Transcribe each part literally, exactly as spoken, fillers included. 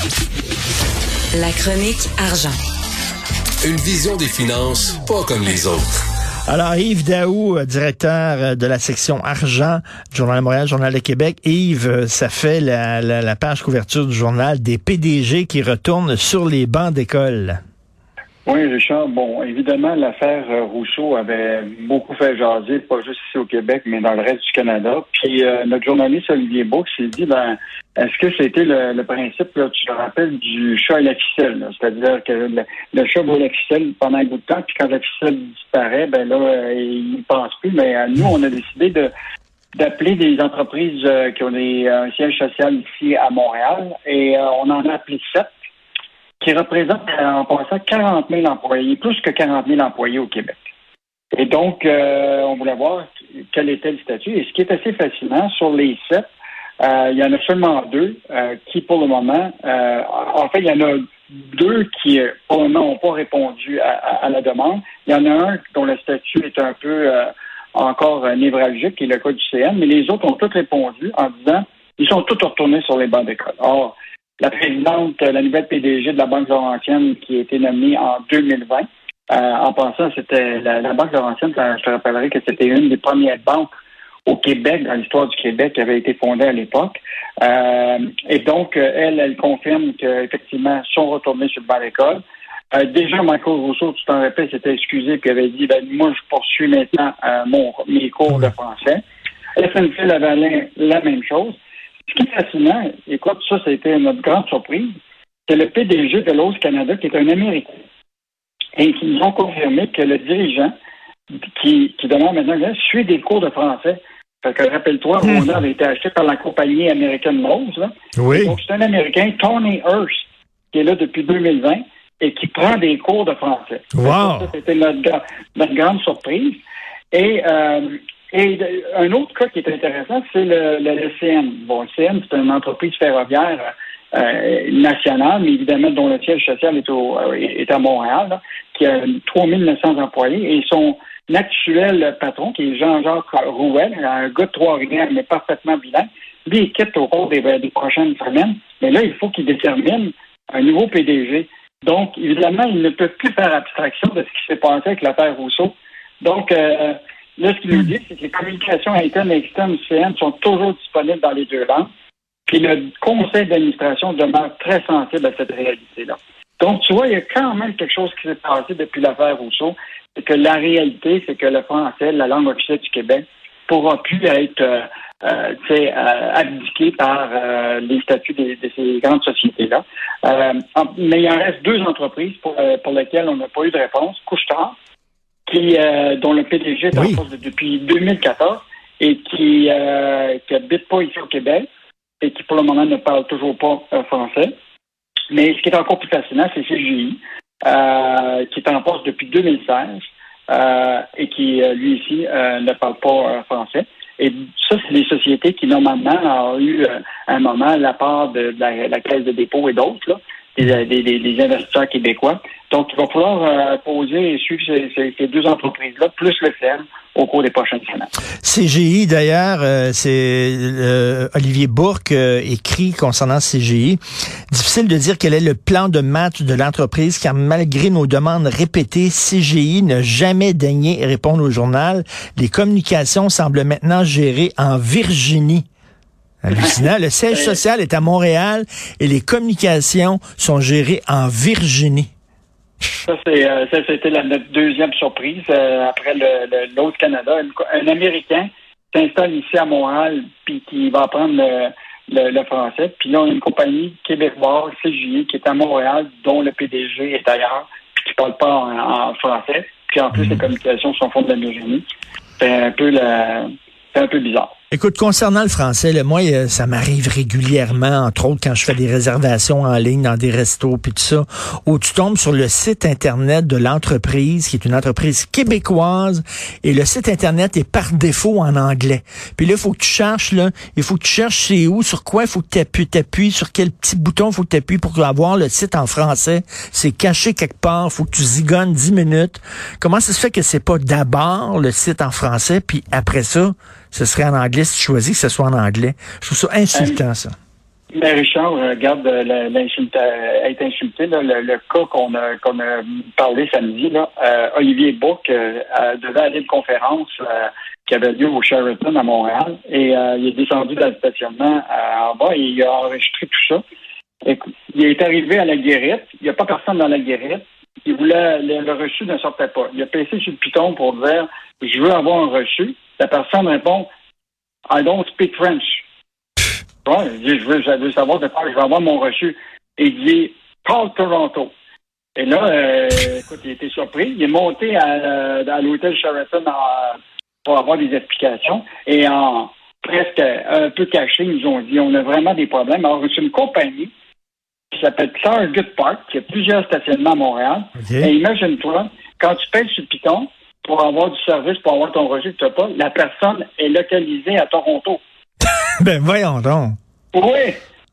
La chronique argent. Une vision des finances pas comme les autres. Alors, Yves Daou, directeur de la section argent du Journal de Montréal, Journal de Québec. Yves, ça fait la, la, la page couverture du journal des P D G qui retournent sur les bancs d'école. Oui, Richard. Bon, évidemment, l'affaire Rousseau avait beaucoup fait jaser, pas juste ici au Québec, mais dans le reste du Canada. Puis euh, notre journaliste Olivier Bourque s'est dit, ben, est-ce que c'était le, le principe, là, tu te rappelles, du chat et la ficelle, là? C'est-à-dire que le, le chat voit la ficelle pendant un bout de temps, puis quand la ficelle disparaît, ben là, euh, il ne pense plus. Mais euh, nous, on a décidé de d'appeler des entreprises euh, qui ont des, un siège social ici à Montréal, et euh, on en a appelé sept, qui représente en passant quarante mille employés, plus que quarante mille employés au Québec. Et donc, euh, on voulait voir quel était le statut. Et ce qui est assez fascinant, sur les sept, euh, il y en a seulement deux euh, qui, pour le moment, euh, en fait, il y en a deux qui, pour le moment, n'ont pas répondu à, à, à la demande. Il y en a un dont le statut est un peu euh, encore euh, névralgique, qui est le cas du C N, mais les autres ont tous répondu en disant ils sont tous retournés sur les bancs d'école. Or, la présidente, la nouvelle P D G de la Banque Laurentienne, qui a été nommée en deux mille vingt. Euh, en passant, c'était la, la Banque Laurentienne, je te rappellerai que c'était une des premières banques au Québec, dans l'histoire du Québec, qui avait été fondée à l'époque. Euh, et donc, elle, elle confirme qu'effectivement, sont retournés sur le banc d'école. Euh, déjà, Michael Rousseau, tu t'en rappelles, s'était excusé puis avait dit, ben, moi, je poursuis maintenant euh, mon, mes cours de français. S N C Lavalin, la même chose. Ce qui est fascinant, écoute, ça, ça a été notre grande surprise, c'est le P D G de Lowe's Canada, qui est un Américain, et qui nous ont confirmé que le dirigeant, qui, qui demande maintenant, là, suit des cours de français. Fait que, rappelle-toi, mmh. Rona avait été acheté par la compagnie américaine Lowe's, là. Oui. Donc, c'est un Américain, Tony Hurst, qui est là depuis deux mille vingt, et qui prend des cours de français. Wow! Ça, ça, c'était notre, notre grande surprise. Et, euh, Et un autre cas qui est intéressant, c'est le, le, le C N. Bon, le C N, c'est une entreprise ferroviaire euh, nationale, mais évidemment dont le siège social est, au, est à Montréal, là, qui a trois mille neuf cents employés. Et son actuel patron, qui est Jean-Jacques Rouel, un gars de Trois-Rivières, mais parfaitement bilingue, lui, il quitte au cours des, des prochaines semaines. Mais là, il faut qu'il détermine un nouveau P D G. Donc, évidemment, il ne peut plus faire abstraction de ce qui s'est passé avec l'affaire Rousseau. Donc, euh, là, ce qu'il nous dit, c'est que les communications internes et externes du C N sont toujours disponibles dans les deux langues. Puis le conseil d'administration demeure très sensible à cette réalité-là. Donc, tu vois, il y a quand même quelque chose qui s'est passé depuis l'affaire Rousseau. C'est que la réalité, c'est que le français, la langue officielle du Québec, pourra plus être euh, euh, euh, abdiqué par euh, les statuts de, de ces grandes sociétés-là. Euh, en, mais il en reste deux entreprises pour, euh, pour lesquelles on n'a pas eu de réponse. Couche-Tard, qui, euh, dont le P D G est oui. en poste depuis deux mille quatorze et qui euh, qui habite pas ici au Québec et qui, pour le moment, ne parle toujours pas euh, français. Mais ce qui est encore plus fascinant, c'est C G I, euh, qui est en poste depuis deux mille seize euh, et qui, euh, lui ici, euh, ne parle pas euh, français. Et ça, c'est des sociétés qui, normalement, ont eu euh, un moment la part de, de la, la Caisse de dépôt et d'autres, là, des, des, des, des investisseurs québécois. Donc, il va falloir euh, poser et suivre ces, ces, ces deux entreprises-là, plus le C N, au cours des prochaines semaines. C G I, d'ailleurs, euh, c'est euh, Olivier Bourque euh, écrit concernant C G I. Difficile de dire quel est le plan de match de l'entreprise, car malgré nos demandes répétées, C G I n'a jamais daigné répondre au journal. Les communications semblent maintenant gérées en Virginie. Hallucinant. Le siège social est à Montréal et les communications sont gérées en Virginie. Ça, c'est, euh, ça, c'était la, notre deuxième surprise euh, après le, le, l'autre Canada. Un, un Américain s'installe ici à Montréal puis qui va apprendre le, le, le français. Puis là, on a une compagnie québécoise, C G I, qui est à Montréal, dont le P D G est ailleurs, puis qui ne parle pas en, en français. Puis en plus, mmh. les communications sont fondées de la Virginie. C'est un peu la, c'est un peu bizarre. Écoute, concernant le français, là, moi, ça m'arrive régulièrement, entre autres, quand je fais des réservations en ligne dans des restos puis tout ça, où tu tombes sur le site Internet de l'entreprise, qui est une entreprise québécoise, et le site Internet est par défaut en anglais. Puis là, il faut que tu cherches, là, il faut que tu cherches c'est où, sur quoi il faut que tu appuies, t'appuies, sur quel petit bouton il faut que tu appuies pour avoir le site en français. C'est caché quelque part, il faut que tu zigonnes dix minutes. Comment ça se fait que c'est pas d'abord le site en français, puis après ça, ce serait en anglais si tu choisis que ce soit en anglais? Je trouve ça insultant, ça. Mais Richard, regarde, l'insulte, être insulté, là, le, le cas qu'on a, qu'on a parlé samedi, là, euh, Olivier Bourque euh, devait aller à une conférence euh, qui avait lieu au Sheraton à Montréal et euh, il est descendu dans le stationnement euh, en bas et il a enregistré tout ça. Et, il est arrivé à la guérite, il n'y a pas personne dans la guérite, il voulait, le, le reçu ne sortait pas. Il a passé sur le piton pour dire « Je veux avoir un reçu ». La personne répond « I don't speak French ». Ouais, il dit, je veux, je veux savoir de quoi je vais avoir mon reçu. Et il dit, call Toronto. Et là, euh, écoute, il était surpris. Il est monté à, à l'hôtel Sheraton en, pour avoir des explications. Et en presque un peu caché, ils nous ont dit, on a vraiment des problèmes. Alors, c'est une compagnie qui s'appelle Target Park, qui a plusieurs stationnements à Montréal. Okay. Et imagine-toi, quand tu payes sur le piton pour avoir du service, pour avoir ton reçu, tu sais pas, la personne est localisée à Toronto. Ben, voyons donc. Oui.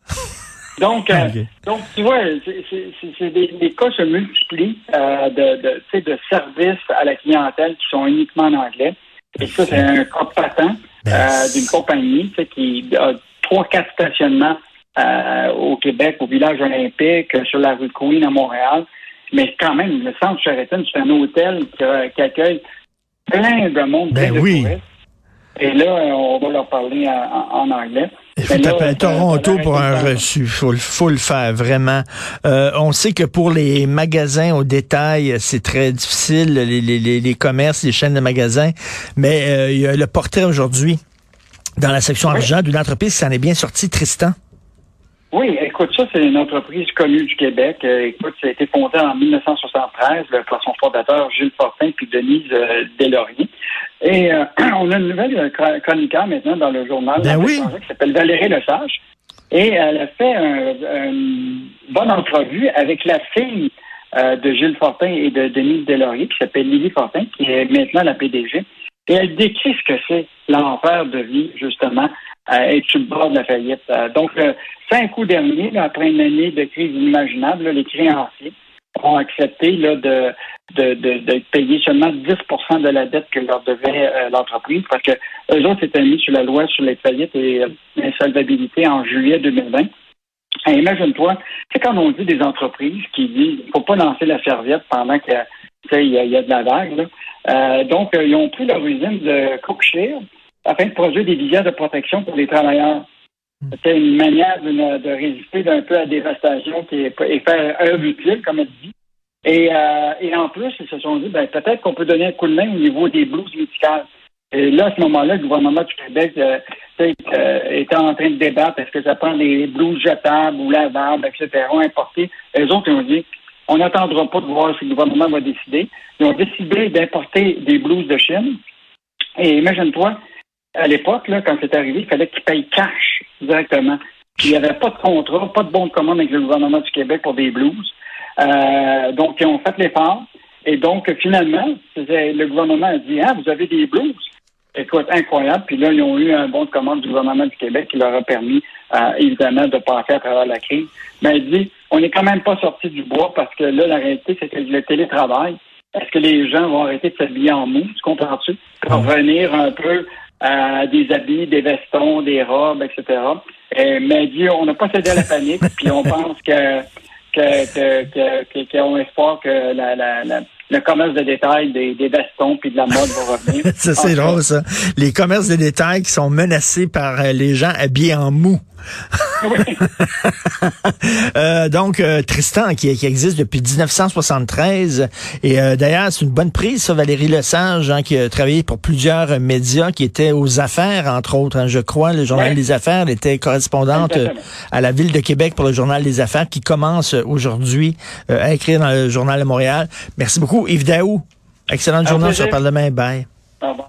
Donc, euh, okay. donc tu vois, c'est, c'est, c'est des, les cas se multiplient euh, de, de, tu sais, de services à la clientèle qui sont uniquement en anglais. Et ça, c'est un cas patent euh, d'une compagnie tu sais, qui a trois, quatre stationnements euh, au Québec, au village olympique, sur la rue Queen à Montréal. Mais quand même, le centre Sheraton, c'est un hôtel qui, euh, qui accueille plein de monde, ben plein de oui. touristes. Et là, on va leur parler en, en anglais. Il faut t'appeler Toronto pour un reçu. Faut, faut le faire, vraiment. Euh, on sait que pour les magasins au détail, c'est très difficile, les, les, les commerces, les chaînes de magasins. Mais euh, il y a le portrait aujourd'hui dans la section oui. argent d'une entreprise qui s'en est bien sortie, Tristan. Oui, écoute, ça, c'est une entreprise connue du Québec. Euh, écoute, ça a été fondé en dix-neuf cent soixante-treize par son fondateur Gilles Fortin puis Denise euh, Deslauriers. Et euh, on a une nouvelle chroniqueur maintenant dans le journal ben oui. qui s'appelle Valérie Lesage. Et elle a fait un, une bonne entrevue avec la fille euh, de Gilles Fortin et de Denise Deslauriers, qui s'appelle Lily Fortin, qui est maintenant la P D G. Et elle décrit ce que c'est l'enfer de vie, justement, à être sur le bord de la faillite. Euh, donc, euh, cinq août dernier, là, après une année de crise inimaginable, là, les créanciers ont accepté là, de, de, de, de payer seulement dix pour cent de la dette que leur devait euh, l'entreprise, parce que eux autres s'étaient mis sur la loi sur les faillites et euh, l'insolvabilité en juillet deux mille vingt. Et imagine-toi, c'est quand on dit des entreprises qui disent qu'il ne faut pas lancer la serviette pendant qu'il y a, il y a, il y a de la vague. Là. Euh, donc, euh, ils ont pris leur usine de Cookshire afin de produire des visières de protection pour les travailleurs. C'était une manière de, de résister un peu à la dévastation qui est, et faire œuvre utile, comme elle dit. Et, euh, et en plus, ils se sont dit, ben, peut-être qu'on peut donner un coup de main au niveau des blouses médicales. Et là, à ce moment-là, le gouvernement du Québec euh, euh, était en train de débattre, est-ce que ça prend des blouses jetables ou lavables, et cetera, importées. Les autres, ils ont dit, on n'attendra pas de voir si le gouvernement va décider. Ils ont décidé d'importer des blouses de Chine. Et imagine-toi, à l'époque, là, quand c'est arrivé, il fallait qu'ils payent cash directement. Puis, il n'y avait pas de contrat, pas de bon de commande avec le gouvernement du Québec pour des blouses. Euh, donc, ils ont fait l'effort. Et donc, finalement, le gouvernement a dit, ah, vous avez des blouses. Écoute, incroyable. Puis là, ils ont eu un bon de commande du gouvernement du Québec qui leur a permis, euh, évidemment, de passer à travers la crise. Mais elle dit, on n'est quand même pas sorti du bois parce que là, la réalité, c'est que le télétravail, est-ce que les gens vont arrêter de s'habiller en mou, tu comprends-tu? Pour revenir un peu à des habits, des vestons, des robes, et cetera. Et, mais elle dit, on n'a pas cédé à la panique, puis on pense que que, que, que, que, qu'ils ont espoir que la, la, la, le commerce de détail des, des vestons puis de la mode va revenir. Ça, c'est drôle, ça. Les commerces de détail qui sont menacés par les gens habillés en mou. Oui. euh, donc, euh, Tristan, qui, qui existe depuis dix-neuf cent soixante-treize, et euh, d'ailleurs, c'est une bonne prise, ça, Valérie Lesage, hein, qui a travaillé pour plusieurs médias, qui étaient aux affaires, entre autres, hein, je crois, le Journal ouais. des Affaires, elle était correspondante euh, à la Ville de Québec pour le Journal des Affaires, qui commence aujourd'hui euh, à écrire dans le Journal de Montréal. Merci beaucoup. Yves Daou, excellente journée, on se reparle demain, bye.